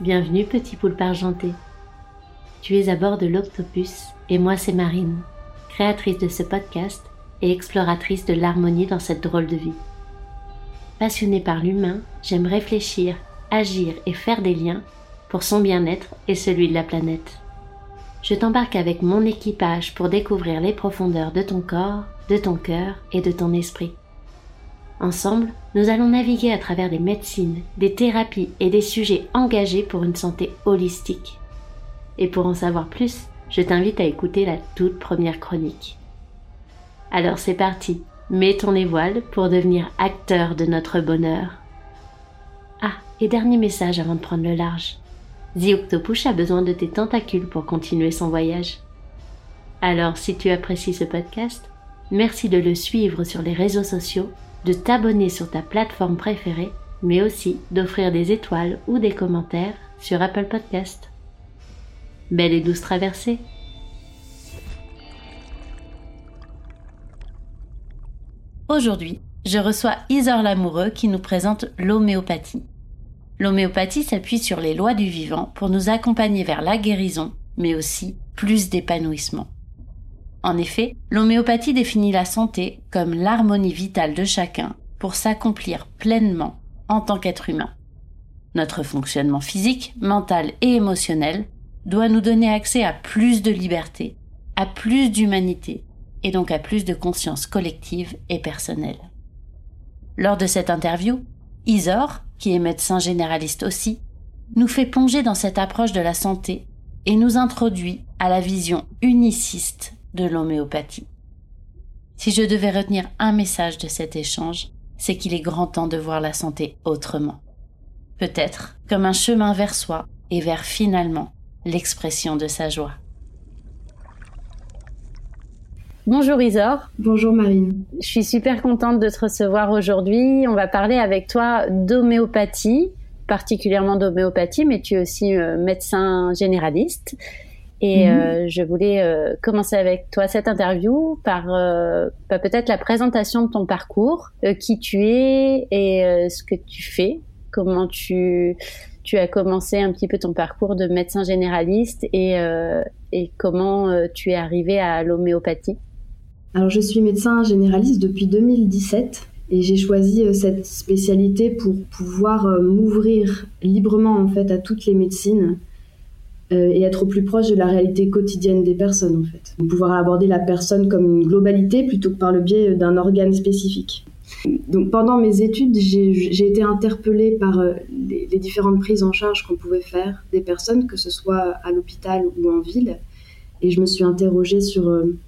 Bienvenue petit poulpe argenté. Tu es à bord de l'Octopus et moi c'est Marine, créatrice de ce podcast et exploratrice de l'harmonie dans cette drôle de vie. Passionnée par l'humain, j'aime réfléchir, agir et faire des liens pour son bien-être et celui de la planète. Je t'embarque avec mon équipage pour découvrir les profondeurs de ton corps, de ton cœur et de ton esprit. Ensemble, nous allons naviguer à travers des médecines, des thérapies et des sujets engagés pour une santé holistique. Et pour en savoir plus, je t'invite à écouter la toute première chronique. Alors c'est parti, mets ton voiles pour devenir acteur de notre bonheur. Ah, et dernier message avant de prendre le large. The Octopus a besoin de tes tentacules pour continuer son voyage. Alors si tu apprécies ce podcast, merci de le suivre sur les réseaux sociaux, de t'abonner sur ta plateforme préférée, mais aussi d'offrir des étoiles ou des commentaires sur Apple Podcast. Belle et douce traversée. Aujourd'hui, je reçois Isor Lamoureux qui nous présente l'homéopathie. L'homéopathie s'appuie sur les lois du vivant pour nous accompagner vers la guérison, mais aussi plus d'épanouissement. En effet, l'homéopathie définit la santé comme l'harmonie vitale de chacun pour s'accomplir pleinement en tant qu'être humain. Notre fonctionnement physique, mental et émotionnel doit nous donner accès à plus de liberté, à plus d'humanité et donc à plus de conscience collective et personnelle. Lors de cette interview, Isor, qui est médecin généraliste aussi, nous fait plonger dans cette approche de la santé et nous introduit à la vision uniciste de l'homéopathie. Si je devais retenir un message de cet échange, c'est qu'il est grand temps de voir la santé autrement. Peut-être comme un chemin vers soi et vers finalement l'expression de sa joie. Bonjour Isor. Bonjour Marine. Je suis super contente de te recevoir aujourd'hui. On va parler avec toi d'homéopathie, particulièrement d'homéopathie, mais tu es aussi médecin généraliste. Et je voulais commencer avec toi cette interview par peut-être la présentation de ton parcours, qui tu es et ce que tu fais, comment tu as commencé un petit peu ton parcours de médecin généraliste et comment tu es arrivé à l'homéopathie. Alors je suis médecin généraliste depuis 2017 et j'ai choisi cette spécialité pour pouvoir m'ouvrir librement en fait à toutes les médecines. Et être au plus proche de la réalité quotidienne des personnes, en fait. Pouvoir aborder la personne comme une globalité plutôt que par le biais d'un organe spécifique. Donc, pendant mes études, j'ai été interpellée par les différentes prises en charge qu'on pouvait faire des personnes, que ce soit à l'hôpital ou en ville. Et je me suis interrogée sur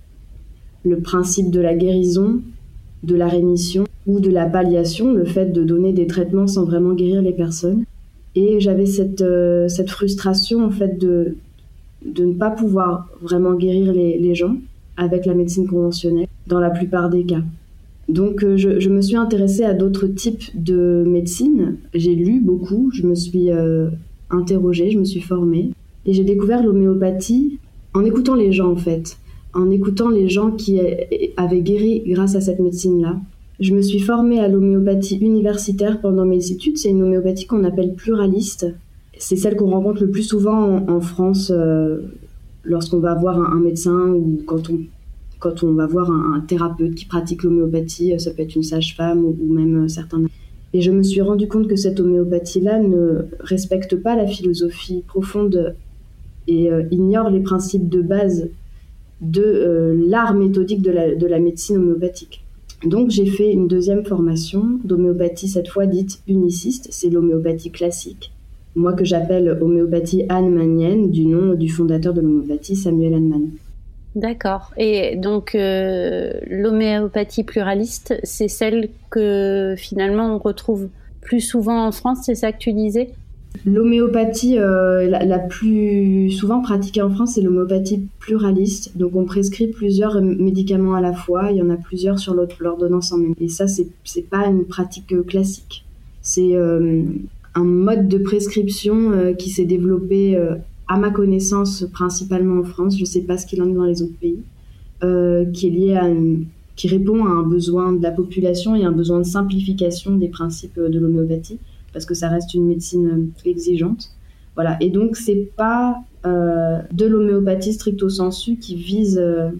le principe de la guérison, de la rémission ou de la palliation, le fait de donner des traitements sans vraiment guérir les personnes. Et j'avais cette frustration en fait de ne pas pouvoir vraiment guérir les gens avec la médecine conventionnelle dans la plupart des cas. Donc je me suis intéressée à d'autres types de médecine. J'ai lu beaucoup, je me suis interrogée, je me suis formée. Et j'ai découvert l'homéopathie en écoutant les gens en fait. En écoutant les gens qui avaient guéri grâce à cette médecine-là. Je me suis formée à l'homéopathie universitaire pendant mes études. C'est une homéopathie qu'on appelle pluraliste. C'est celle qu'on rencontre le plus souvent en France lorsqu'on va voir un médecin ou quand on va voir un thérapeute qui pratique l'homéopathie. Ça peut être une sage-femme ou même certains. Et je me suis rendu compte que cette homéopathie-là ne respecte pas la philosophie profonde et ignore les principes de base de l'art méthodique de la médecine homéopathique. Donc j'ai fait une deuxième formation d'homéopathie, cette fois dite uniciste, c'est l'homéopathie classique. Moi que j'appelle homéopathie hahnemannienne, du nom du fondateur de l'homéopathie, Samuel Hahnemann. D'accord. Et donc l'homéopathie pluraliste, c'est celle que finalement on retrouve plus souvent en France, c'est ça que tu disais ? L'homéopathie la plus souvent pratiquée en France, c'est l'homéopathie pluraliste. Donc on prescrit plusieurs médicaments à la fois, il y en a plusieurs sur l'ordonnance en même. Et ça, c'est pas une pratique classique. C'est un mode de prescription qui s'est développé, à ma connaissance, principalement en France. Je sais pas ce qu'il en est dans les autres pays, qui est lié qui répond à un besoin de la population et un besoin de simplification des principes de l'homéopathie, parce que ça reste une médecine exigeante. Voilà. Et donc, c'est pas de l'homéopathie stricto sensu qui vise...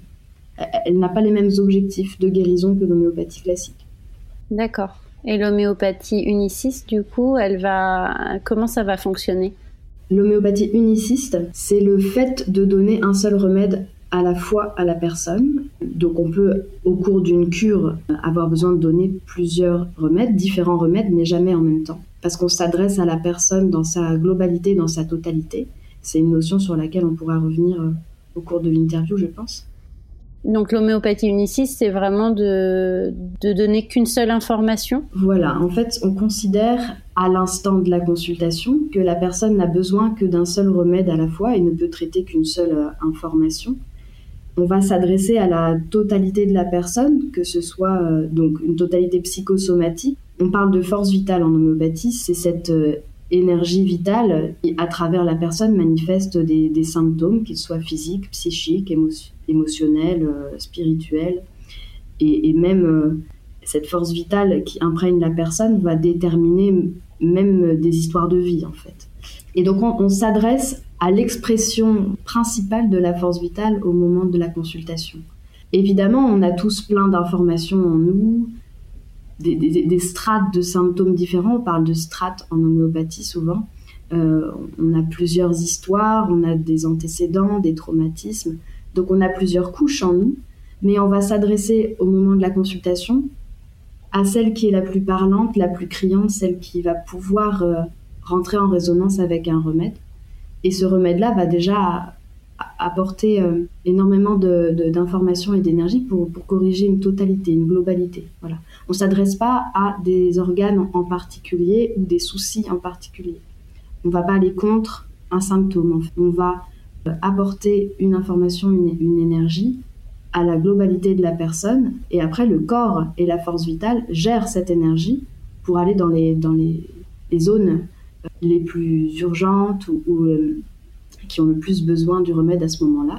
elle n'a pas les mêmes objectifs de guérison que l'homéopathie classique. D'accord. Et l'homéopathie uniciste, du coup, comment ça va fonctionner ? L'homéopathie uniciste, c'est le fait de donner un seul remède à la fois à la personne. Donc on peut, au cours d'une cure, avoir besoin de donner plusieurs remèdes, différents remèdes, mais jamais en même temps. Parce qu'on s'adresse à la personne dans sa globalité, dans sa totalité. C'est une notion sur laquelle on pourra revenir au cours de l'interview, je pense. Donc l'homéopathie uniciste, c'est vraiment de donner qu'une seule information ? Voilà, en fait, on considère à l'instant de la consultation que la personne n'a besoin que d'un seul remède à la fois et ne peut traiter qu'une seule information. On va s'adresser à la totalité de la personne, que ce soit donc une totalité psychosomatique. On parle de force vitale en homéopathie, c'est cette énergie vitale qui, à travers la personne, manifeste des symptômes, qu'ils soient physiques, psychiques, émotionnels, spirituels. Et même cette force vitale qui imprègne la personne va déterminer même des histoires de vie, en fait. Et donc, on s'adresse à l'expression principale de la force vitale au moment de la consultation. Évidemment, on a tous plein d'informations en nous, des strates de symptômes différents. On parle de strates en homéopathie souvent. On a plusieurs histoires, on a des antécédents, des traumatismes. Donc on a plusieurs couches en nous, mais on va s'adresser au moment de la consultation à celle qui est la plus parlante, la plus criante, celle qui va pouvoir rentrer en résonance avec un remède. Et ce remède-là va déjà apporter énormément d'informations et d'énergie pour corriger une totalité, une globalité. Voilà. On ne s'adresse pas à des organes en particulier ou des soucis en particulier. On ne va pas aller contre un symptôme. En fait. On va apporter une information, une énergie à la globalité de la personne. Et après, le corps et la force vitale gèrent cette énergie pour aller dans les zones les plus urgentes ou qui ont le plus besoin du remède à ce moment-là.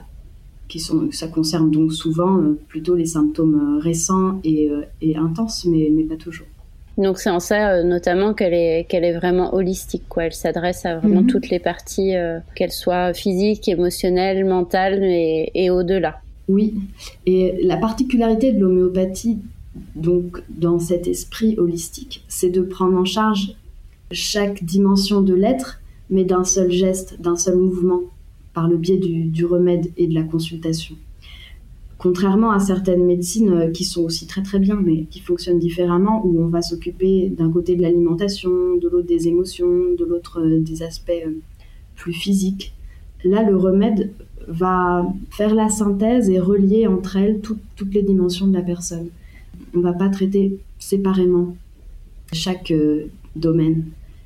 Ça concerne donc souvent plutôt les symptômes récents et intenses, mais pas toujours. Donc c'est en ça notamment qu'elle est vraiment holistique, quoi. Elle s'adresse à vraiment toutes les parties, qu'elles soient physiques, émotionnelles, mentales et au-delà. Oui, et la particularité de l'homéopathie, donc dans cet esprit holistique, c'est de prendre en charge chaque dimension de l'être, mais d'un seul geste, d'un seul mouvement, par le biais du remède et de la consultation. Contrairement à certaines médecines qui sont aussi très très bien, mais qui fonctionnent différemment, où on va s'occuper d'un côté de l'alimentation, de l'autre des émotions, de l'autre des aspects plus physiques. Là, le remède va faire la synthèse et relier entre elles toutes les dimensions de la personne. On ne va pas traiter séparément chaque domaine.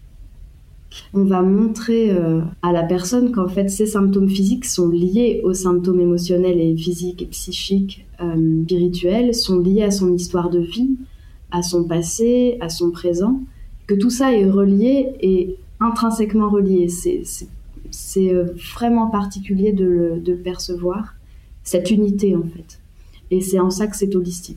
On va montrer à la personne qu'en fait ces symptômes physiques sont liés aux symptômes émotionnels et physiques et psychiques, spirituels, sont liés à son histoire de vie, à son passé, à son présent, que tout ça est relié et intrinsèquement relié. C'est vraiment particulier de le percevoir, cette unité en fait. Et c'est en ça que c'est holistique.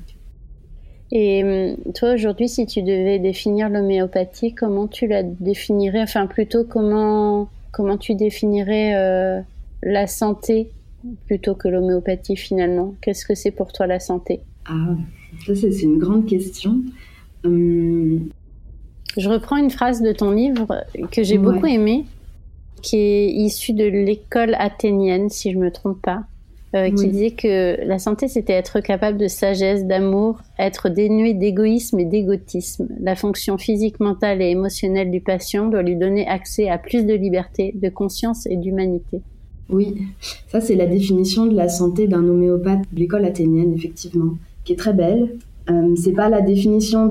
Et toi, aujourd'hui, si tu devais définir l'homéopathie, comment tu la définirais ? Enfin, plutôt, comment tu définirais la santé plutôt que l'homéopathie, finalement ? Qu'est-ce que c'est pour toi, la santé ? Ah, ça, c'est une grande question. Je reprends une phrase de ton livre que j'ai beaucoup aimée, qui est issue de l'école athénienne, si je ne me trompe pas. Qui disait que la santé, c'était être capable de sagesse, d'amour, être dénué d'égoïsme et d'égotisme. La fonction physique, mentale et émotionnelle du patient doit lui donner accès à plus de liberté, de conscience et d'humanité. Oui, ça c'est la définition de la santé d'un homéopathe de l'école athénienne, effectivement, qui est très belle. C'est pas la définition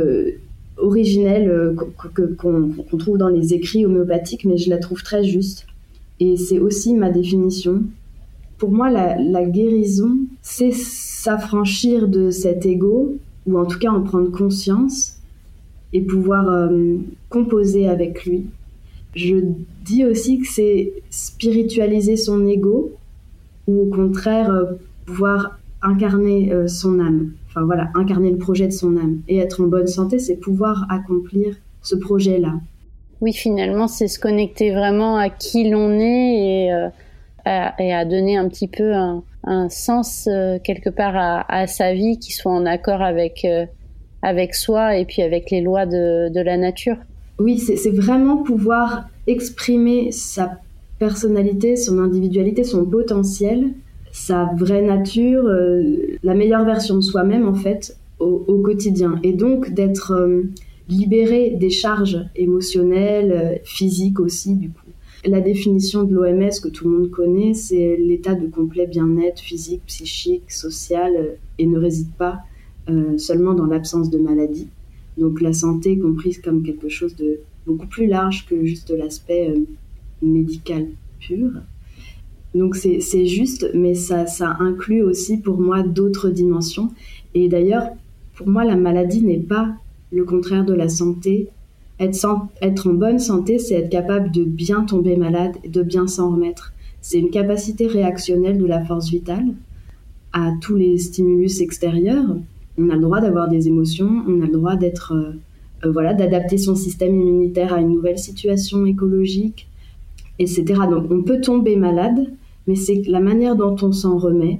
originelle qu'on trouve dans les écrits homéopathiques, mais je la trouve très juste. Et c'est aussi ma définition. Pour moi, la guérison, c'est s'affranchir de cet ego, ou en tout cas en prendre conscience, et pouvoir composer avec lui. Je dis aussi que c'est spiritualiser son ego, ou au contraire, pouvoir incarner son âme. Enfin voilà, incarner le projet de son âme. Et être en bonne santé, c'est pouvoir accomplir ce projet-là. Oui, finalement, c'est se connecter vraiment à qui l'on est et à donner un petit peu un sens quelque part à sa vie qui soit en accord avec soi et puis avec les lois de la nature. Oui, c'est vraiment pouvoir exprimer sa personnalité, son individualité, son potentiel, sa vraie nature, la meilleure version de soi-même en fait au quotidien. Et donc d'être libéré des charges émotionnelles, physiques aussi du coup. La définition de l'OMS que tout le monde connaît, c'est l'état de complet bien-être physique, psychique, social et ne réside pas seulement dans l'absence de maladie. Donc la santé est comprise comme quelque chose de beaucoup plus large que juste l'aspect médical pur. Donc c'est juste, mais ça inclut aussi pour moi d'autres dimensions. Et d'ailleurs, pour moi, la maladie n'est pas le contraire de la santé. Être en bonne santé, c'est être capable de bien tomber malade et de bien s'en remettre. C'est une capacité réactionnelle de la force vitale à tous les stimulus extérieurs. On a le droit d'avoir des émotions, on a le droit d'adapter son système immunitaire à une nouvelle situation écologique, etc. Donc on peut tomber malade, mais c'est la manière dont on s'en remet,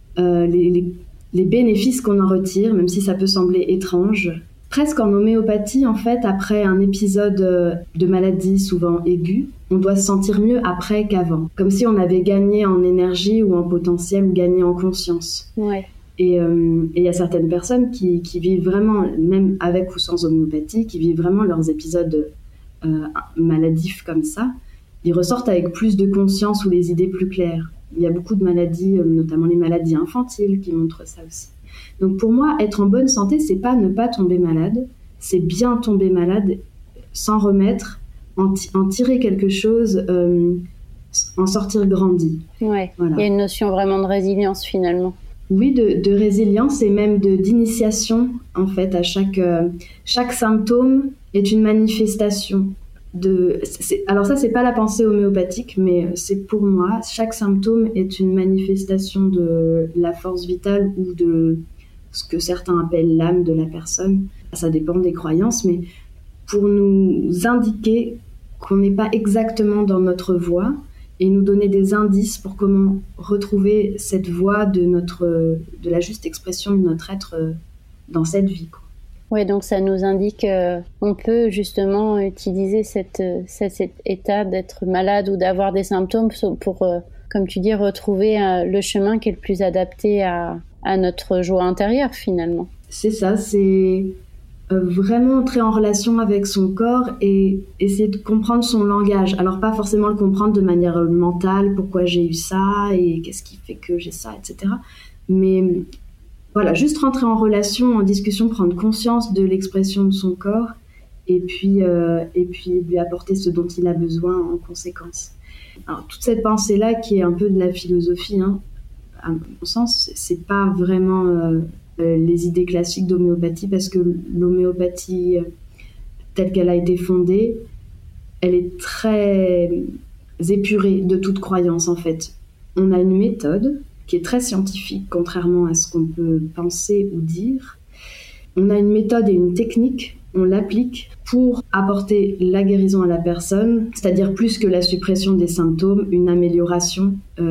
les bénéfices qu'on en retire, même si ça peut sembler étrange. Presque en homéopathie, en fait, après un épisode de maladie souvent aiguë, on doit se sentir mieux après qu'avant. Comme si on avait gagné en énergie ou en potentiel ou gagné en conscience. Ouais. Et il y a certaines personnes qui vivent vraiment, même avec ou sans homéopathie, qui vivent vraiment leurs épisodes maladifs comme ça. Ils ressortent avec plus de conscience ou les idées plus claires. Il y a beaucoup de maladies, notamment les maladies infantiles, qui montrent ça aussi. Donc pour moi, être en bonne santé, c'est pas ne pas tomber malade, c'est bien tomber malade, s'en remettre, en tirer quelque chose, en sortir grandi. Ouais. Voilà. Il y a une notion vraiment de résilience finalement. Oui, de résilience et même d'initiation, en fait, à chaque symptôme est une manifestation. Alors ça, c'est pas la pensée homéopathique, mais c'est pour moi, chaque symptôme est une manifestation de la force vitale ou de ce que certains appellent l'âme de la personne. Ça dépend des croyances, mais pour nous indiquer qu'on n'est pas exactement dans notre voie et nous donner des indices pour comment retrouver cette voie de la juste expression de notre être dans cette vie, quoi. Oui, donc ça nous indique qu'on peut justement utiliser cet état d'être malade ou d'avoir des symptômes pour, comme tu dis, retrouver le chemin qui est le plus adapté à notre joie intérieure finalement. C'est ça, c'est vraiment entrer en relation avec son corps et essayer de comprendre son langage. Alors pas forcément le comprendre de manière mentale, pourquoi j'ai eu ça et qu'est-ce qui fait que j'ai ça, etc. Mais voilà, juste rentrer en relation, en discussion, prendre conscience de l'expression de son corps et puis lui apporter ce dont il a besoin en conséquence. Alors, toute cette pensée-là, qui est un peu de la philosophie, à mon sens, c'est pas vraiment les idées classiques d'homéopathie, parce que l'homéopathie, telle qu'elle a été fondée, elle est très épurée de toute croyance, en fait. On a une méthode qui est très scientifique, contrairement à ce qu'on peut penser ou dire. On a une méthode et une technique, on l'applique pour apporter la guérison à la personne, c'est-à-dire plus que la suppression des symptômes, une amélioration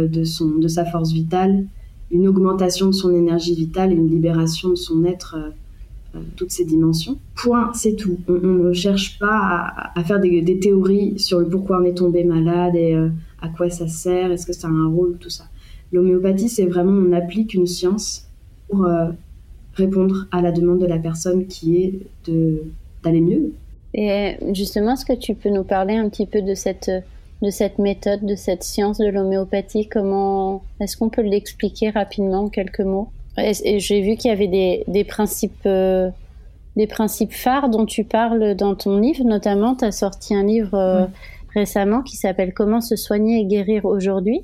de sa force vitale, une augmentation de son énergie vitale et une libération de son être, toutes ces dimensions. Point, c'est tout. On ne cherche pas à faire des théories sur le pourquoi on est tombé malade et à quoi ça sert, est-ce que ça a un rôle, tout ça. L'homéopathie, c'est vraiment, on applique une science pour répondre à la demande de la personne qui est d'aller mieux. Et justement, est-ce que tu peux nous parler un petit peu de cette méthode, de cette science de l'homéopathie? Comment est-ce qu'on peut l'expliquer rapidement en quelques mots? Et j'ai vu qu'il y avait des principes phares dont tu parles dans ton livre, notamment tu as sorti un livre récemment qui s'appelle Comment se soigner et guérir aujourd'hui.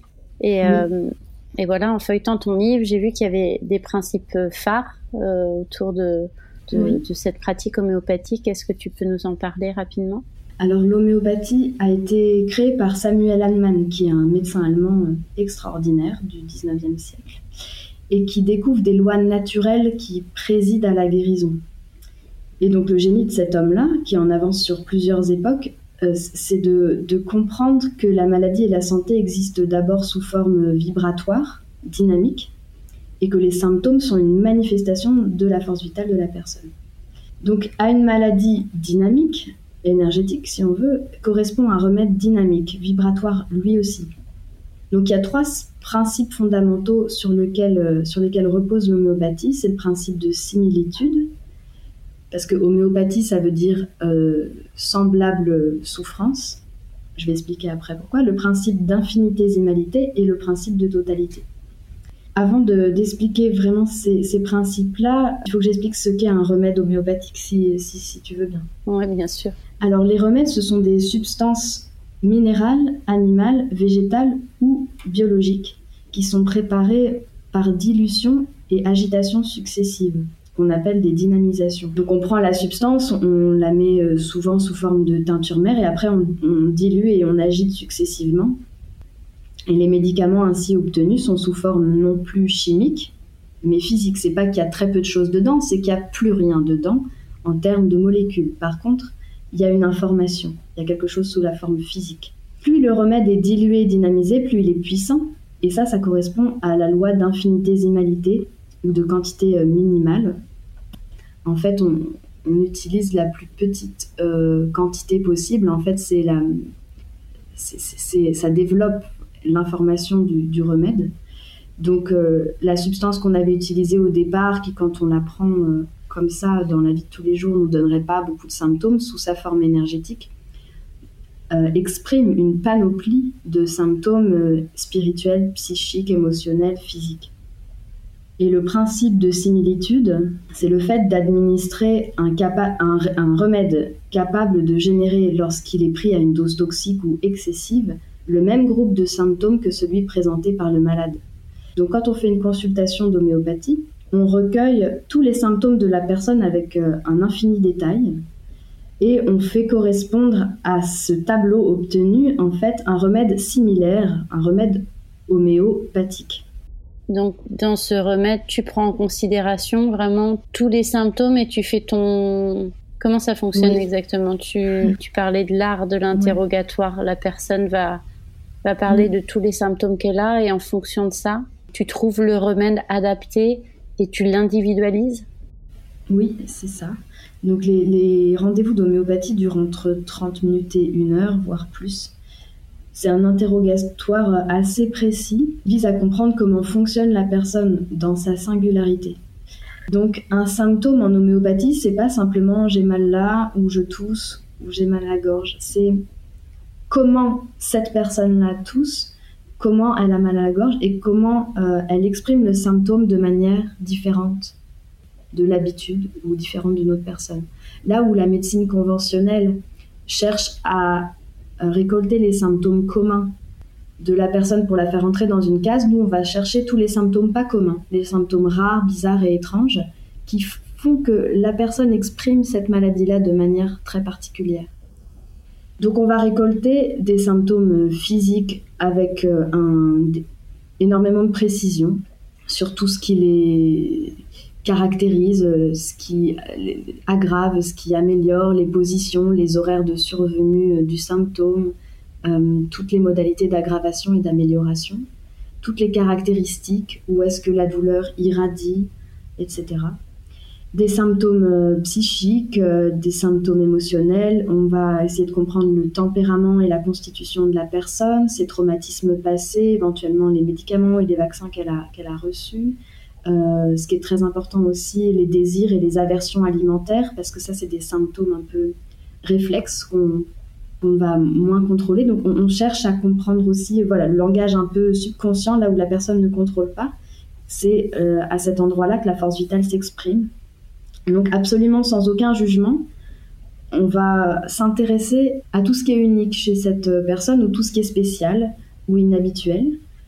Et voilà, en feuilletant ton livre, j'ai vu qu'il y avait des principes phares autour de cette pratique homéopathique. Est-ce que tu peux nous en parler rapidement? Alors, l'homéopathie a été créée par Samuel Hahnemann, qui est un médecin allemand extraordinaire du 19e siècle, et qui découvre des lois naturelles qui président à la guérison. Et donc, le génie de cet homme-là, qui en avance sur plusieurs époques, c'est de comprendre que la maladie et la santé existent d'abord sous forme vibratoire, dynamique, et que les symptômes sont une manifestation de la force vitale de la personne. Donc à une maladie dynamique, énergétique si on veut, correspond un remède dynamique, vibratoire lui aussi. Donc il y a 3 principes fondamentaux sur lesquels repose l'homéopathie. C'est le principe de similitude, parce que homéopathie ça veut dire semblable souffrance. Je vais expliquer après pourquoi. Le principe d'infinitésimalité et le principe de totalité. Avant d'expliquer vraiment ces principes-là, il faut que j'explique ce qu'est un remède homéopathique, si tu veux bien. Oui, bien sûr. Alors, les remèdes, ce sont des substances minérales, animales, végétales ou biologiques qui sont préparées par dilution et agitation successives, qu'on appelle des dynamisations. Donc, on prend la substance, on la met souvent sous forme de teinture mère et après, on dilue et on agite successivement. Et les médicaments ainsi obtenus sont sous forme non plus chimique, mais physique. C'est pas qu'il y a très peu de choses dedans, c'est qu'il n'y a plus rien dedans en termes de molécules. Par contre, il y a une information, il y a quelque chose sous la forme physique. Plus le remède est dilué et dynamisé, plus il est puissant. Et ça correspond à la loi d'infinitésimalité ou de quantité minimale. En fait, on utilise la plus petite quantité possible. En fait, ça développe l'information du remède. Donc la substance qu'on avait utilisée au départ, qui quand on la prend comme ça dans la vie de tous les jours ne nous donnerait pas beaucoup de symptômes, sous sa forme énergétique, exprime une panoplie de symptômes spirituels, psychiques, émotionnels, physiques. Et le principe de similitude, c'est le fait d'administrer un remède capable de générer, lorsqu'il est pris à une dose toxique ou excessive, le même groupe de symptômes que celui présenté par le malade. Donc quand on fait une consultation d'homéopathie, on recueille tous les symptômes de la personne avec un infini détail et on fait correspondre à ce tableau obtenu en fait un remède similaire, un remède homéopathique. Donc dans ce remède, tu prends en considération vraiment tous les symptômes et tu fais ton... Comment ça fonctionne exactement ? Tu parlais de l'art de l'interrogatoire. Oui. La personne va parler de tous les symptômes qu'elle a et en fonction de ça, tu trouves le remède adapté et tu l'individualises ? Oui, c'est ça. Donc les rendez-vous d'homéopathie durent entre 30 minutes et 1 heure, voire plus. C'est un interrogatoire assez précis, qui vise à comprendre comment fonctionne la personne dans sa singularité. Donc un symptôme en homéopathie, c'est pas simplement j'ai mal là, ou je tousse, ou j'ai mal à la gorge. C'est comment cette personne-là tousse, comment elle a mal à la gorge et comment elle exprime le symptôme de manière différente de l'habitude ou différente d'une autre personne. Là où la médecine conventionnelle cherche à récolter les symptômes communs de la personne pour la faire entrer dans une case, nous on va chercher tous les symptômes pas communs, les symptômes rares, bizarres et étranges qui font que la personne exprime cette maladie-là de manière très particulière. Donc on va récolter des symptômes physiques avec énormément de précision sur tout ce qui les caractérise, ce qui aggrave, ce qui améliore, les positions, les horaires de survenue du symptôme, toutes les modalités d'aggravation et d'amélioration, toutes les caractéristiques, où est-ce que la douleur irradie, etc. Des symptômes psychiques, des symptômes émotionnels. On va essayer de comprendre le tempérament et la constitution de la personne, ses traumatismes passés, éventuellement les médicaments et les vaccins qu'elle a reçus. Ce qui est très important aussi, les désirs et les aversions alimentaires, parce que ça, c'est des symptômes un peu réflexes qu'on va moins contrôler. Donc, on cherche à comprendre aussi le langage un peu subconscient, là où la personne ne contrôle pas. C'est à cet endroit-là que la force vitale s'exprime. Donc, absolument sans aucun jugement, on va s'intéresser à tout ce qui est unique chez cette personne ou tout ce qui est spécial ou inhabituel.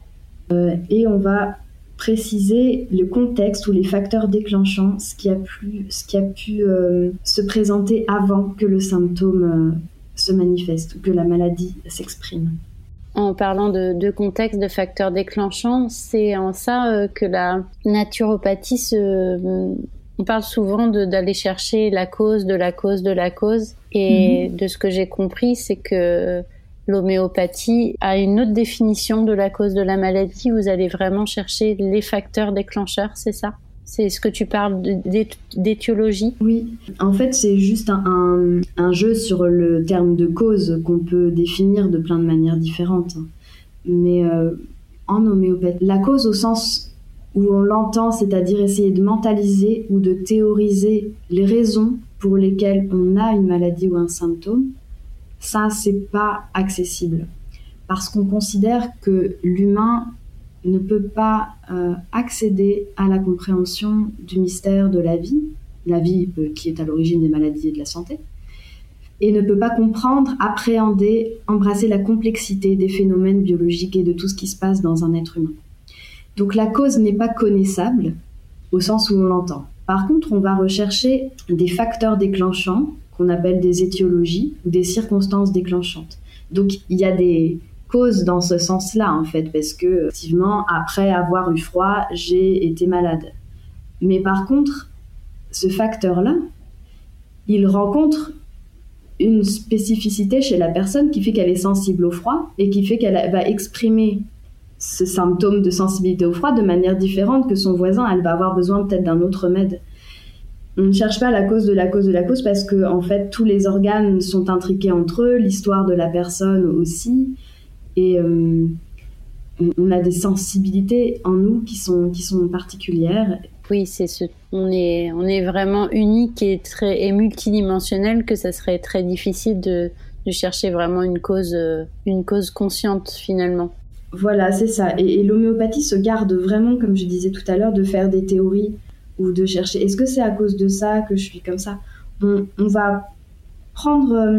Et on va préciser le contexte ou les facteurs déclenchants, ce qui a pu se présenter avant que le symptôme se manifeste ou que la maladie s'exprime. En parlant de contexte, de facteurs déclenchants, c'est en ça que la naturopathie On parle souvent d'aller chercher la cause de la cause de la cause. Et de ce que j'ai compris, c'est que l'homéopathie a une autre définition de la cause de la maladie. Vous allez vraiment chercher les facteurs déclencheurs, c'est ça ? C'est ce que tu parles d'étiologie ? Oui, en fait, c'est juste un jeu sur le terme de cause qu'on peut définir de plein de manières différentes. Mais en homéopathie, la cause au sens où on l'entend, c'est-à-dire essayer de mentaliser ou de théoriser les raisons pour lesquelles on a une maladie ou un symptôme, ça, c'est pas accessible. Parce qu'on considère que l'humain ne peut pas accéder à la compréhension du mystère de la vie qui est à l'origine des maladies et de la santé, et ne peut pas comprendre, appréhender, embrasser la complexité des phénomènes biologiques et de tout ce qui se passe dans un être humain. Donc la cause n'est pas connaissable au sens où on l'entend. Par contre, on va rechercher des facteurs déclenchants qu'on appelle des étiologies ou des circonstances déclenchantes. Donc il y a des cause dans ce sens-là, en fait, parce que, effectivement, après avoir eu froid, j'ai été malade. Mais par contre, ce facteur-là, il rencontre une spécificité chez la personne qui fait qu'elle est sensible au froid et qui fait qu'elle va exprimer ce symptôme de sensibilité au froid de manière différente que son voisin. Elle va avoir besoin peut-être d'un autre remède. On ne cherche pas la cause de la cause de la cause parce que, en fait, tous les organes sont intriqués entre eux, l'histoire de la personne aussi. Et on a des sensibilités en nous qui sont particulières. Oui, on est vraiment unique et multidimensionnel, que ça serait très difficile de chercher vraiment une cause consciente finalement. Voilà, c'est ça. Et l'homéopathie se garde vraiment, comme je disais tout à l'heure, de faire des théories ou de chercher est-ce que c'est à cause de ça que je suis comme ça. On va prendre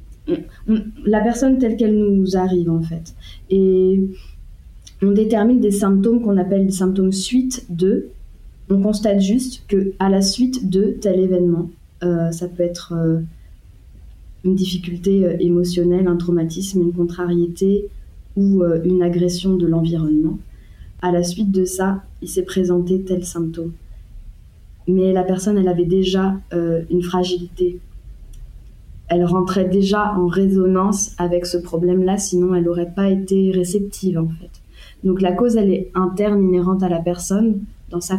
la personne telle qu'elle nous arrive en fait, et on détermine des symptômes qu'on appelle des symptômes suite de. On constate juste que à la suite de tel événement, ça peut être une difficulté émotionnelle, un traumatisme, une contrariété ou une agression de l'environnement. À la suite de ça, il s'est présenté tel symptôme. Mais la personne, elle avait déjà une fragilité. Elle rentrait déjà en résonance avec ce problème-là, sinon elle n'aurait pas été réceptive en fait. Donc la cause, elle est interne, inhérente à la personne, dans sa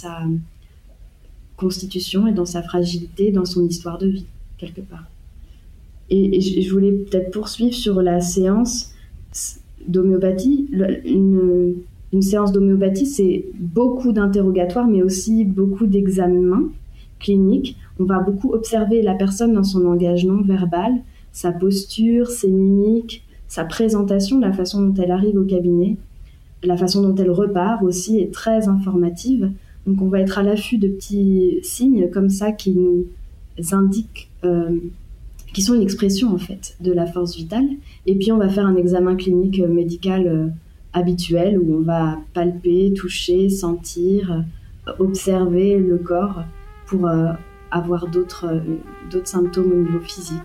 constitution et dans sa fragilité, dans son histoire de vie, quelque part. Et je voulais peut-être poursuivre sur la séance d'homéopathie. Une séance d'homéopathie, c'est beaucoup d'interrogatoires, mais aussi beaucoup d'examens cliniques. On va beaucoup observer la personne dans son langage non verbal, sa posture, ses mimiques, sa présentation, la façon dont elle arrive au cabinet, la façon dont elle repart aussi est très informative. Donc on va être à l'affût de petits signes comme ça qui nous indiquent, qui sont une expression en fait de la force vitale. Et puis on va faire un examen clinique médical habituel où on va palper, toucher, sentir, observer le corps pour avoir d'autres symptômes au niveau physique.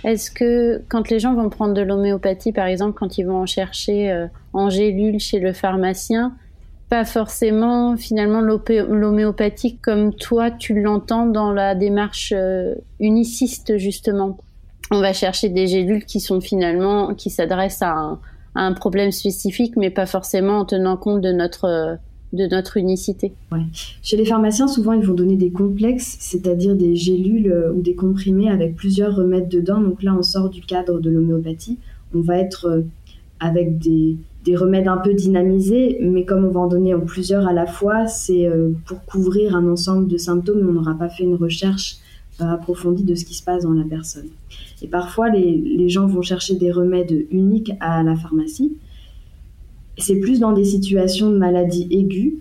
Est-ce que quand les gens vont prendre de l'homéopathie, par exemple, quand ils vont en chercher en gélule chez le pharmacien, pas forcément finalement l'homéopathie comme toi tu l'entends dans la démarche uniciste justement. On va chercher des gélules qui sont finalement qui s'adressent à un problème spécifique, mais pas forcément en tenant compte de notre unicité. Ouais. Chez les pharmaciens, souvent ils vont donner des complexes, c'est-à-dire des gélules ou des comprimés avec plusieurs remèdes dedans. Donc là, on sort du cadre de l'homéopathie. On va être avec des remèdes un peu dynamisés, mais comme on va en donner plusieurs à la fois, c'est pour couvrir un ensemble de symptômes, mais on n'aura pas fait une recherche approfondie de ce qui se passe dans la personne. Et parfois, les gens vont chercher des remèdes uniques à la pharmacie. C'est plus dans des situations de maladie aiguë,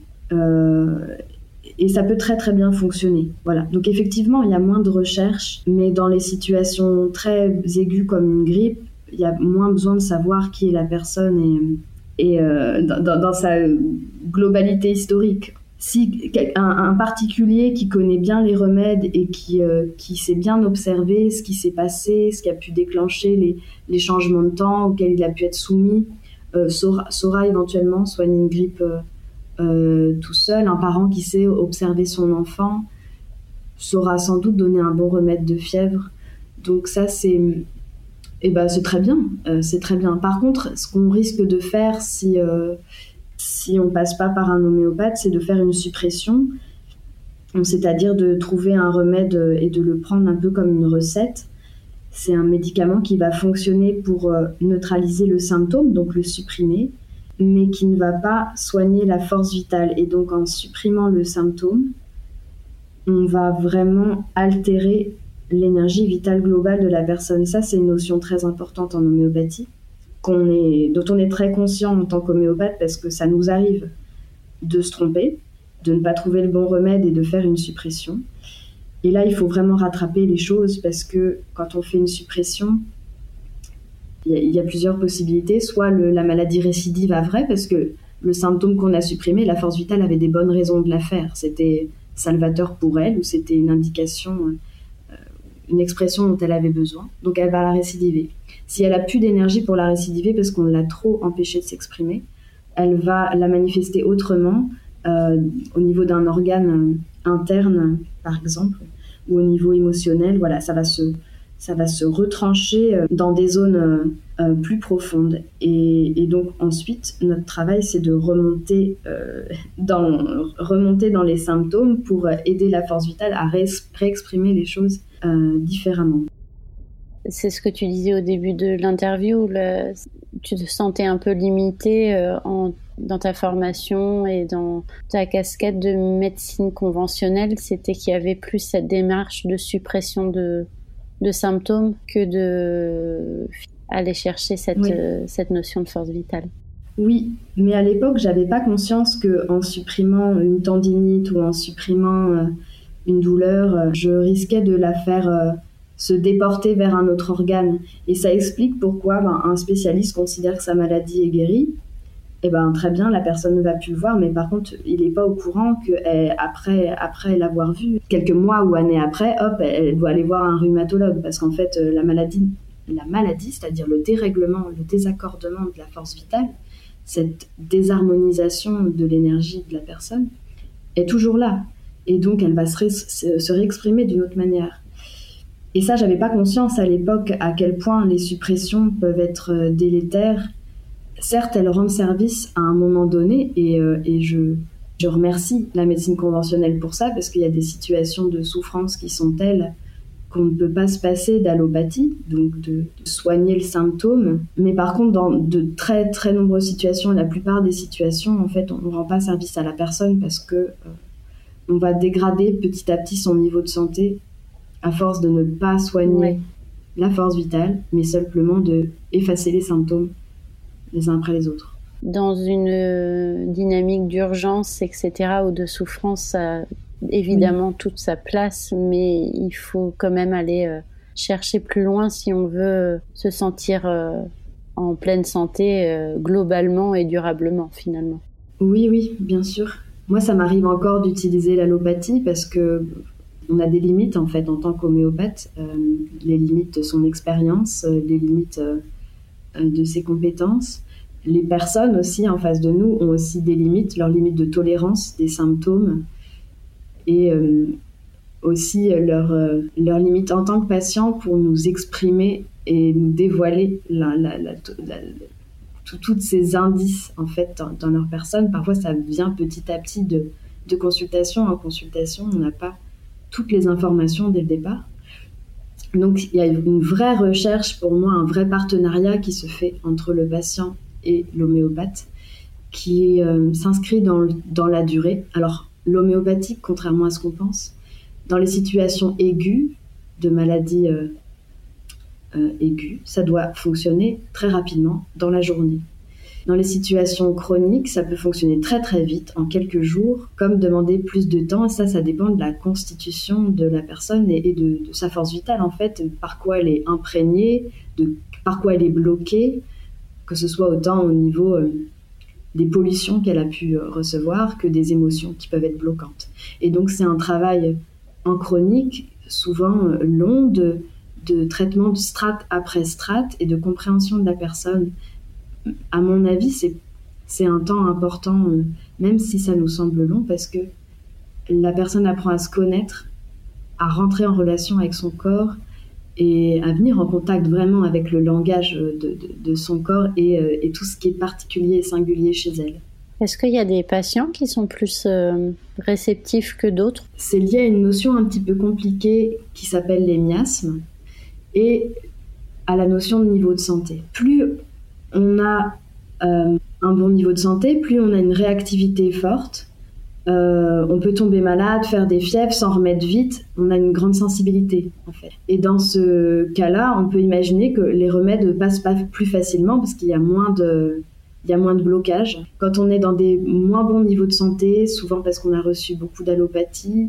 et ça peut très très bien fonctionner. Voilà. Donc effectivement, il y a moins de recherche, mais dans les situations très aiguës comme une grippe, il y a moins besoin de savoir qui est la personne et dans sa globalité historique. Si un particulier qui connaît bien les remèdes et qui sait bien observer ce qui s'est passé, ce qui a pu déclencher les changements de temps auxquels il a pu être soumis, saura éventuellement soigner une grippe tout seul. Un parent qui sait observer son enfant saura sans doute donner un bon remède de fièvre. Donc ça, c'est très bien. C'est très bien. Par contre, ce qu'on risque de faire si on passe pas par un homéopathe, c'est de faire une suppression, c'est-à-dire de trouver un remède et de le prendre un peu comme une recette. C'est un médicament qui va fonctionner pour neutraliser le symptôme, donc le supprimer, mais qui ne va pas soigner la force vitale. Et donc en supprimant le symptôme, on va vraiment altérer l'énergie vitale globale de la personne. Ça, c'est une notion très importante en homéopathie, dont on est très conscient en tant qu'homéopathe, parce que ça nous arrive de se tromper, de ne pas trouver le bon remède et de faire une suppression. Et là, il faut vraiment rattraper les choses, parce que quand on fait une suppression, il y a plusieurs possibilités. Soit la maladie récidive à vrai, parce que le symptôme qu'on a supprimé, la force vitale avait des bonnes raisons de la faire. C'était salvateur pour elle, ou c'était une indication, une expression dont elle avait besoin. Donc elle va la récidiver. Si elle a plus d'énergie pour la récidiver parce qu'on l'a trop empêchée de s'exprimer, elle va la manifester autrement, au niveau d'un organe interne, par exemple, ou au niveau émotionnel. Voilà, ça va se retrancher dans des zones plus profondes. Et donc ensuite, notre travail, c'est de remonter dans les symptômes pour aider la force vitale à réexprimer les choses différemment. C'est ce que tu disais au début de l'interview, tu te sentais un peu limité dans ta formation et dans ta casquette de médecine conventionnelle. C'était qu'il y avait plus cette démarche de suppression de symptômes que de aller chercher cette notion de force vitale. Oui, mais à l'époque, j'avais pas conscience qu'en supprimant une tendinite ou en supprimant une douleur, je risquais de la faire se déporter vers un autre organe. Et ça explique pourquoi un spécialiste considère que sa maladie est guérie. Et très bien, la personne ne va plus le voir, mais par contre, il n'est pas au courant qu'après l'avoir vu, quelques mois ou années après, elle doit aller voir un rhumatologue, parce qu'en fait, la maladie, c'est-à-dire le dérèglement, le désaccordement de la force vitale, cette désharmonisation de l'énergie de la personne, est toujours là. Et donc, elle va se réexprimer d'une autre manière. Et ça, j'avais pas conscience à l'époque à quel point les suppressions peuvent être délétères. Certes, elles rendent service à un moment donné, et je remercie la médecine conventionnelle pour ça, parce qu'il y a des situations de souffrance qui sont telles qu'on ne peut pas se passer d'allopathie, donc de soigner le symptôme. Mais par contre, dans de très très nombreuses situations, la plupart des situations, en fait, on ne rend pas service à la personne, parce que on va dégrader petit à petit son niveau de santé à force de ne pas soigner la force vitale, mais simplement de effacer les symptômes les uns après les autres. Dans une dynamique d'urgence, etc., ou de souffrance, ça a évidemment toute sa place, mais il faut quand même aller chercher plus loin si on veut se sentir en pleine santé globalement et durablement, finalement. Oui, bien sûr. Moi, ça m'arrive encore d'utiliser l'allopathie, parce que On a des limites en fait en tant qu'homéopathe, les limites de son expérience, les limites de ses compétences. Les personnes aussi en face de nous ont aussi des limites, leurs limites de tolérance des symptômes et aussi leurs limites en tant que patient pour nous exprimer et nous dévoiler tous ces indices en fait dans leur personne. Parfois ça vient petit à petit de consultation en consultation, on n'a pas toutes les informations dès le départ. Donc il y a une vraie recherche pour moi, un vrai partenariat qui se fait entre le patient et l'homéopathe qui s'inscrit dans la durée. Alors l'homéopathie, contrairement à ce qu'on pense, dans les situations aiguës de maladies aiguës, ça doit fonctionner très rapidement dans la journée. Dans les situations chroniques, ça peut fonctionner très très vite, en quelques jours, comme demander plus de temps. Et ça dépend de la constitution de la personne et de sa force vitale, en fait, par quoi elle est imprégnée, par quoi elle est bloquée, que ce soit autant au niveau des pollutions qu'elle a pu recevoir que des émotions qui peuvent être bloquantes. Et donc c'est un travail en chronique, souvent long, de traitement de strate après strate et de compréhension de la personne. À mon avis, c'est un temps important, même si ça nous semble long, parce que la personne apprend à se connaître, à rentrer en relation avec son corps et à venir en contact vraiment avec le langage de son corps et tout ce qui est particulier et singulier chez elle. Est-ce qu'il y a des patients qui sont plus réceptifs que d'autres ? C'est lié à une notion un petit peu compliquée qui s'appelle les miasmes et à la notion de niveau de santé. Plus on a un bon niveau de santé, plus on a une réactivité forte. On peut tomber malade, faire des fièvres, s'en remettre vite. On a une grande sensibilité, en fait. Et dans ce cas-là, on peut imaginer que les remèdes passent pas plus facilement parce qu'il y a moins de blocage. Quand on est dans des moins bons niveaux de santé, souvent parce qu'on a reçu beaucoup d'allopathie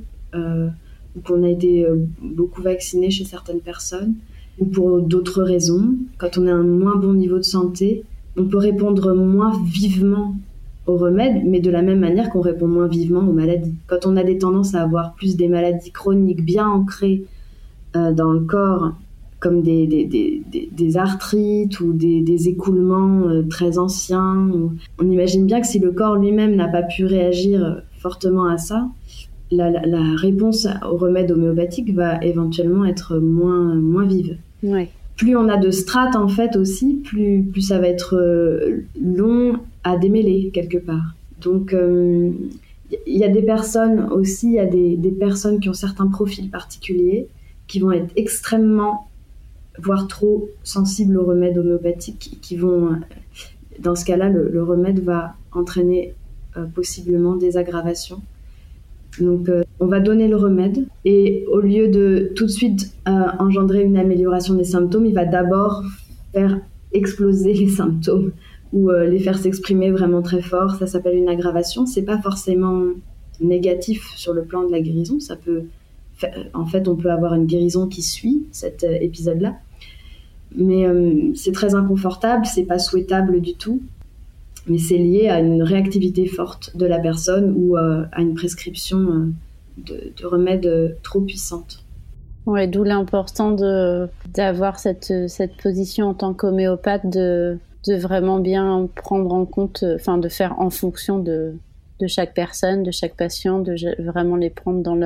ou qu'on a été beaucoup vacciné chez certaines personnes, ou pour d'autres raisons, quand on a un moins bon niveau de santé, on peut répondre moins vivement aux remèdes, mais de la même manière qu'on répond moins vivement aux maladies. Quand on a des tendances à avoir plus des maladies chroniques bien ancrées dans le corps, comme des arthrites ou des écoulements très anciens, on imagine bien que si le corps lui-même n'a pas pu réagir fortement à ça, la réponse aux remèdes homéopathiques va éventuellement être moins vive. Ouais. Plus on a de strates, en fait, aussi, plus ça va être long à démêler, quelque part. Donc, il y a des personnes aussi, il y a des personnes qui ont certains profils particuliers, qui vont être extrêmement, voire trop sensibles aux remèdes homéopathiques, qui vont, dans ce cas-là, le remède va entraîner possiblement des aggravations. Donc, on va donner le remède et au lieu de tout de suite engendrer une amélioration des symptômes, il va d'abord faire exploser les symptômes ou les faire s'exprimer vraiment très fort. Ça s'appelle une aggravation. C'est pas forcément négatif sur le plan de la guérison. Ça peut, en fait, on peut avoir une guérison qui suit cet épisode-là, mais c'est très inconfortable. C'est pas souhaitable du tout. Mais c'est lié à une réactivité forte de la personne ou à une prescription de remèdes trop puissante. Ouais, d'où l'important d'avoir cette position en tant qu'homéopathe, de vraiment bien prendre en compte, enfin de faire en fonction de chaque personne, de chaque patient, de vraiment les prendre dans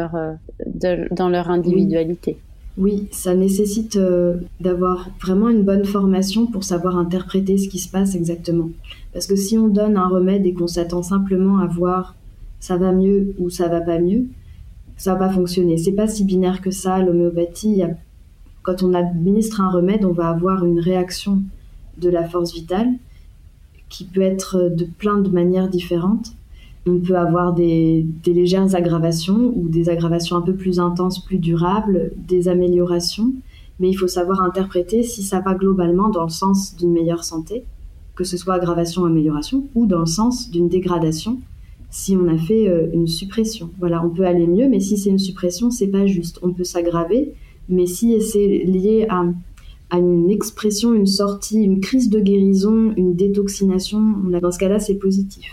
leur individualité. Oui, ça nécessite d'avoir vraiment une bonne formation pour savoir interpréter ce qui se passe exactement. Parce que si on donne un remède et qu'on s'attend simplement à voir ça va mieux ou ça va pas mieux, ça va pas fonctionner. C'est pas si binaire que ça, l'homéopathie. Quand on administre un remède, on va avoir une réaction de la force vitale qui peut être de plein de manières différentes. On peut avoir des légères aggravations ou des aggravations un peu plus intenses, plus durables, des améliorations, mais il faut savoir interpréter si ça va globalement dans le sens d'une meilleure santé, que ce soit aggravation ou amélioration, ou dans le sens d'une dégradation, si on a fait une suppression. Voilà, on peut aller mieux, mais si c'est une suppression, c'est pas juste. On peut s'aggraver, mais si c'est lié à une expression, une sortie, une crise de guérison, une détoxination, dans ce cas-là, c'est positif.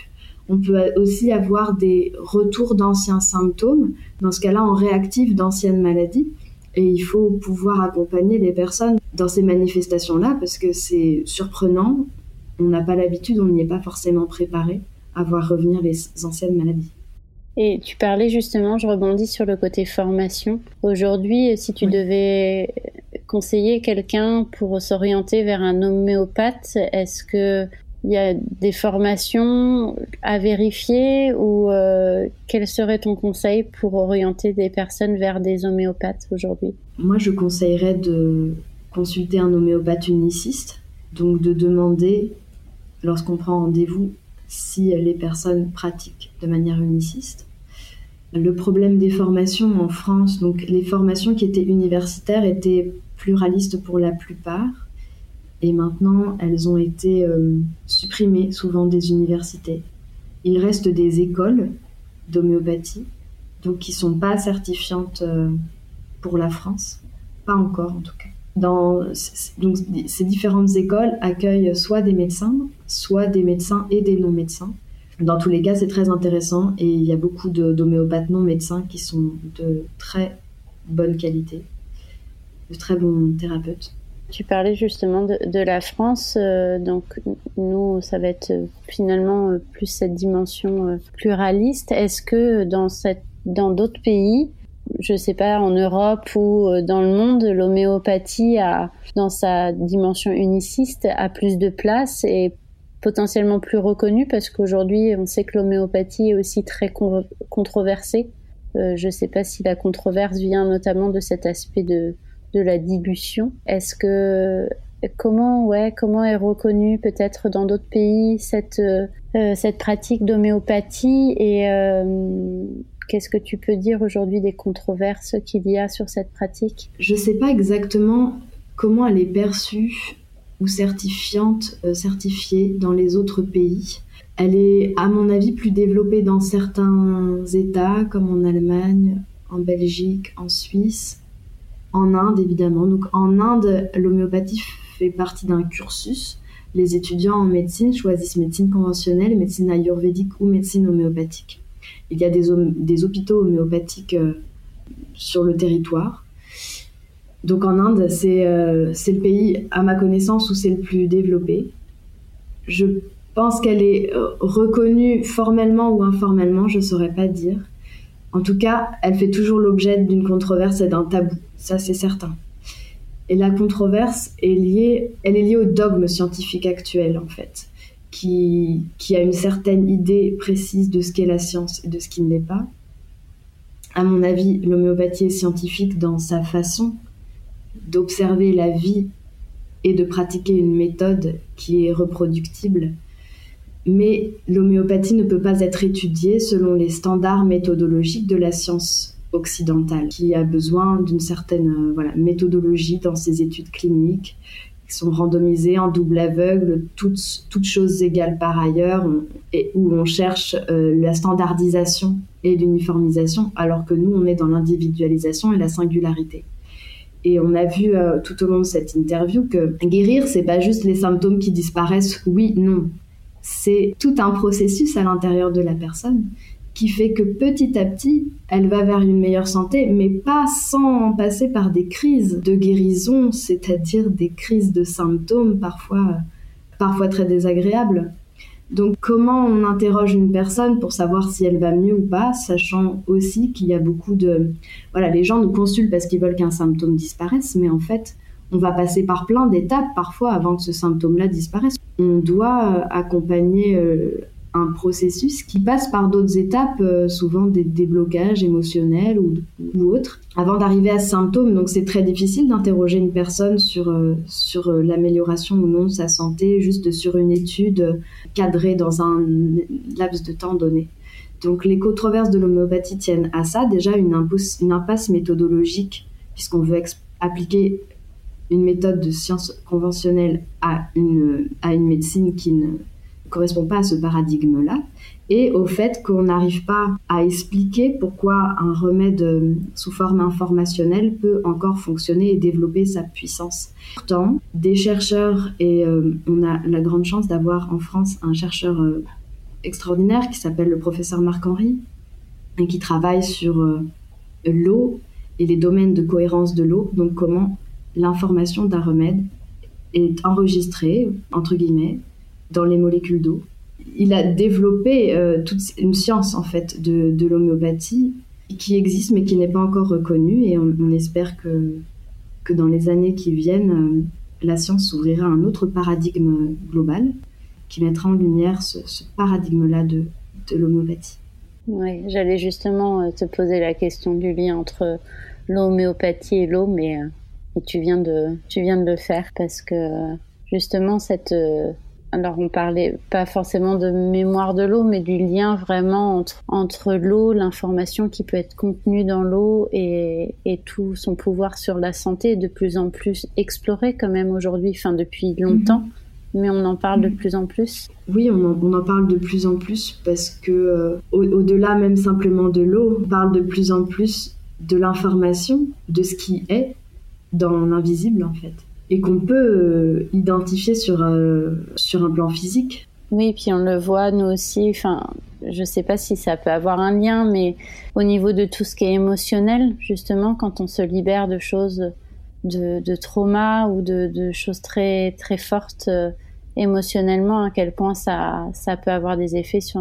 On peut aussi avoir des retours d'anciens symptômes. Dans ce cas-là, on réactive d'anciennes maladies. Et il faut pouvoir accompagner les personnes dans ces manifestations-là parce que c'est surprenant. On n'a pas l'habitude, on n'y est pas forcément préparé à voir revenir les anciennes maladies. Et tu parlais justement, je rebondis sur le côté formation. Aujourd'hui, si tu devais conseiller quelqu'un pour s'orienter vers un homéopathe, est-ce qu'il y a des formations à vérifier ou quel serait ton conseil pour orienter des personnes vers des homéopathes aujourd'hui ? Moi, je conseillerais de consulter un homéopathe uniciste, donc de demander, lorsqu'on prend rendez-vous, si les personnes pratiquent de manière uniciste. Le problème des formations en France, donc les formations qui étaient universitaires étaient pluralistes pour la plupart, et maintenant elles ont été supprimées souvent des universités. Il reste des écoles d'homéopathie, donc qui ne sont pas certifiantes pour la France, pas encore en tout cas. Donc, ces différentes écoles accueillent soit des médecins et des non-médecins. Dans tous les cas, c'est très intéressant et il y a beaucoup d'homéopathes non-médecins qui sont de très bonne qualité, de très bons thérapeutes. Tu parlais justement de la France, donc nous, ça va être finalement plus cette dimension pluraliste. Est-ce que dans d'autres pays, je ne sais pas, en Europe ou dans le monde, l'homéopathie dans sa dimension uniciste a plus de place et potentiellement plus reconnue, parce qu'aujourd'hui, on sait que l'homéopathie est aussi très controversée. Je ne sais pas si la controverse vient notamment de cet aspect de la dilution. Comment est reconnue peut-être dans d'autres pays cette pratique d'homéopathie et qu'est-ce que tu peux dire aujourd'hui des controverses qu'il y a sur cette pratique ? Je ne sais pas exactement comment elle est perçue ou certifiée dans les autres pays. Elle est, à mon avis, plus développée dans certains États, comme en Allemagne, en Belgique, en Suisse, en Inde, évidemment. Donc, en Inde, l'homéopathie fait partie d'un cursus. Les étudiants en médecine choisissent médecine conventionnelle, médecine ayurvédique ou médecine homéopathique. Il y a des hôpitaux homéopathiques sur le territoire. Donc en Inde, c'est le pays, à ma connaissance, où c'est le plus développé. Je pense qu'elle est reconnue formellement ou informellement, je ne saurais pas dire. En tout cas, elle fait toujours l'objet d'une controverse et d'un tabou, ça c'est certain. Et la controverse elle est liée au dogme scientifique actuel, en fait, qui a une certaine idée précise de ce qu'est la science et de ce qui ne l'est pas. À mon avis, l'homéopathie est scientifique dans sa façon d'observer la vie et de pratiquer une méthode qui est reproductible. Mais l'homéopathie ne peut pas être étudiée selon les standards méthodologiques de la science occidentale, qui a besoin d'une certaine méthodologie dans ses études cliniques, qui sont randomisées en double aveugle, toutes choses égales par ailleurs, où on cherche la standardisation et l'uniformisation, alors que nous, on est dans l'individualisation et la singularité. Et on a vu tout au long de cette interview que guérir, c'est pas juste les symptômes qui disparaissent, oui, non. C'est tout un processus à l'intérieur de la personne qui fait que petit à petit, elle va vers une meilleure santé, mais pas sans passer par des crises de guérison, c'est-à-dire des crises de symptômes parfois très désagréables. Donc comment on interroge une personne pour savoir si elle va mieux ou pas, sachant aussi qu'il y a beaucoup de... les gens nous consultent parce qu'ils veulent qu'un symptôme disparaisse, mais en fait, on va passer par plein d'étapes parfois avant que ce symptôme-là disparaisse. On doit accompagner un processus qui passe par d'autres étapes, souvent des déblocages émotionnels ou autres, avant d'arriver à ce symptôme. Donc c'est très difficile d'interroger une personne sur l'amélioration ou non de sa santé, juste sur une étude cadrée dans un laps de temps donné. Donc les controverses de l'homéopathie tiennent à ça, déjà une impasse méthodologique, puisqu'on veut appliquer une méthode de science conventionnelle à une médecine qui ne correspond pas à ce paradigme-là, et au fait qu'on n'arrive pas à expliquer pourquoi un remède sous forme informationnelle peut encore fonctionner et développer sa puissance. Pourtant, des chercheurs, et on a la grande chance d'avoir en France un chercheur extraordinaire qui s'appelle le professeur Marc-Henri et qui travaille sur l'eau et les domaines de cohérence de l'eau, donc comment l'information d'un remède est enregistrée, entre guillemets, dans les molécules d'eau. Il a développé toute une science en fait de l'homéopathie qui existe mais qui n'est pas encore reconnue, et on espère que dans les années qui viennent, la science s'ouvrira à un autre paradigme global qui mettra en lumière ce paradigme-là de l'homéopathie. Oui, j'allais justement te poser la question du lien entre l'homéopathie et l'eau, mais tu viens de le faire, parce que justement alors on parlait pas forcément de mémoire de l'eau, mais du lien vraiment entre l'eau, l'information qui peut être contenue dans l'eau et tout son pouvoir sur la santé est de plus en plus exploré quand même aujourd'hui, enfin depuis longtemps. Mais on en parle de plus en plus. Oui, on en parle de plus en plus parce que au-delà même simplement de l'eau, on parle de plus en plus de l'information, de ce qui est dans l'invisible en fait, et qu'on peut identifier sur un plan physique. Oui, puis on le voit nous aussi, enfin, je sais pas si ça peut avoir un lien, mais au niveau de tout ce qui est émotionnel, justement, quand on se libère de choses, de trauma ou de choses très, très fortes émotionnellement, à quel point ça peut avoir des effets sur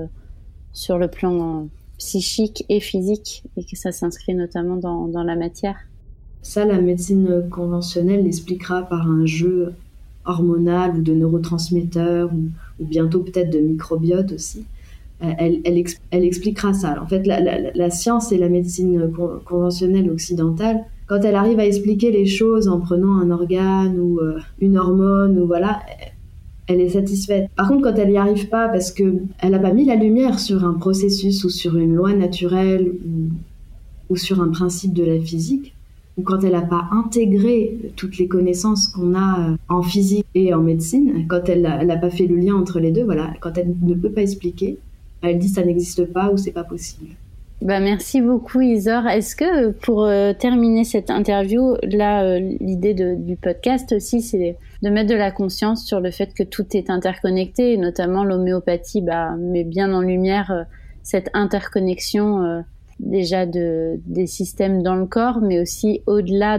le plan psychique et physique, et que ça s'inscrit notamment dans la matière. Ça, la médecine conventionnelle l'expliquera par un jeu hormonal ou de neurotransmetteurs ou bientôt peut-être de microbiote aussi. Elle expliquera ça. En fait, la science et la médecine conventionnelle occidentale, quand elle arrive à expliquer les choses en prenant un organe ou une hormone, ou voilà, elle est satisfaite. Par contre, quand elle n'y arrive pas parce qu'elle n'a pas mis la lumière sur un processus ou sur une loi naturelle ou sur un principe de la physique, ou quand elle n'a pas intégré toutes les connaissances qu'on a en physique et en médecine, quand elle n'a pas fait le lien entre les deux, voilà, quand elle ne peut pas expliquer, elle dit ça n'existe pas ou c'est pas possible. Merci beaucoup Isor. Est-ce que pour terminer cette interview, là, l'idée du podcast aussi, c'est de mettre de la conscience sur le fait que tout est interconnecté, et notamment l'homéopathie met bien en lumière cette interconnexion déjà des systèmes dans le corps, mais aussi au-delà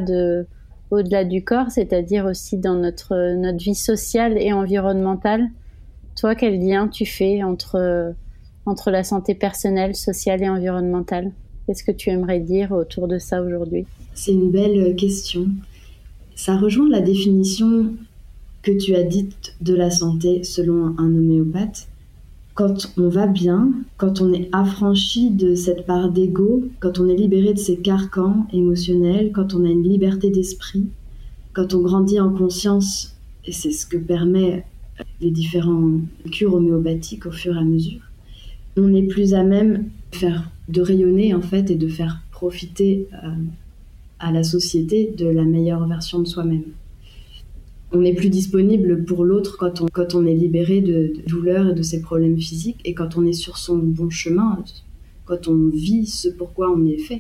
du corps, c'est-à-dire aussi dans notre vie sociale et environnementale. Toi, quel lien tu fais entre la santé personnelle, sociale et environnementale? Qu'est-ce que tu aimerais dire autour de ça aujourd'hui? C'est une belle question. Ça rejoint la définition que tu as dite de la santé selon un homéopathe. Quand on va bien, quand on est affranchi de cette part d'ego, quand on est libéré de ses carcans émotionnels, quand on a une liberté d'esprit, quand on grandit en conscience, et c'est ce que permet les différents cures homéopathiques au fur et à mesure, on est plus à même de rayonner en fait et de faire profiter à la société de la meilleure version de soi-même. On est plus disponible pour l'autre quand on est libéré de douleurs et de ses problèmes physiques, et quand on est sur son bon chemin, quand on vit ce pourquoi on est fait.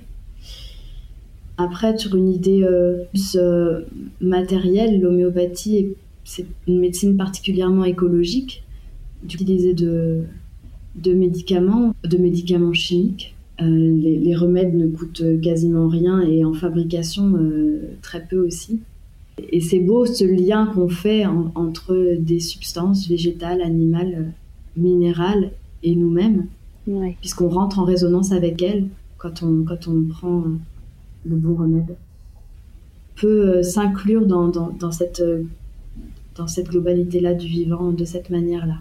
Après, sur une idée plus matérielle, l'homéopathie, c'est une médecine particulièrement écologique, d'utiliser de médicaments chimiques. Les remèdes ne coûtent quasiment rien, et en fabrication très peu aussi. Et c'est beau ce lien qu'on fait entre des substances végétales, animales, minérales et nous-mêmes, ouais. Puisqu'on rentre en résonance avec elles quand on prend le bon remède. On peut s'inclure dans cette globalité-là du vivant de cette manière-là.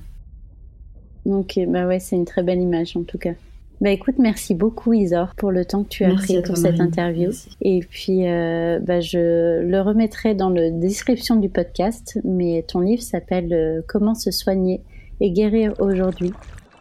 Ok, ouais, c'est une très belle image en tout cas. Écoute, merci beaucoup Isor pour le temps que tu as pris pour cette interview. Merci. Et puis, je le remettrai dans la description du podcast, mais ton livre s'appelle « Comment se soigner et guérir aujourd'hui ».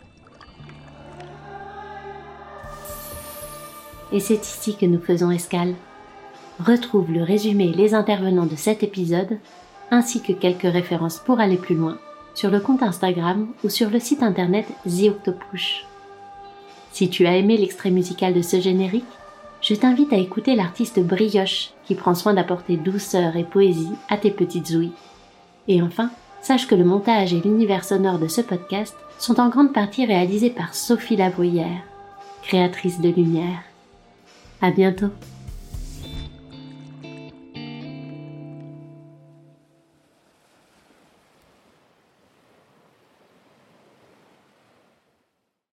Et c'est ici que nous faisons escale. Retrouve le résumé et les intervenants de cet épisode, ainsi que quelques références pour aller plus loin, sur le compte Instagram ou sur le site internet The Octopush. Si tu as aimé l'extrait musical de ce générique, je t'invite à écouter l'artiste Brioche qui prend soin d'apporter douceur et poésie à tes petites ouïes. Et enfin, sache que le montage et l'univers sonore de ce podcast sont en grande partie réalisés par Sophie Labruyère, créatrice de lumière. À bientôt!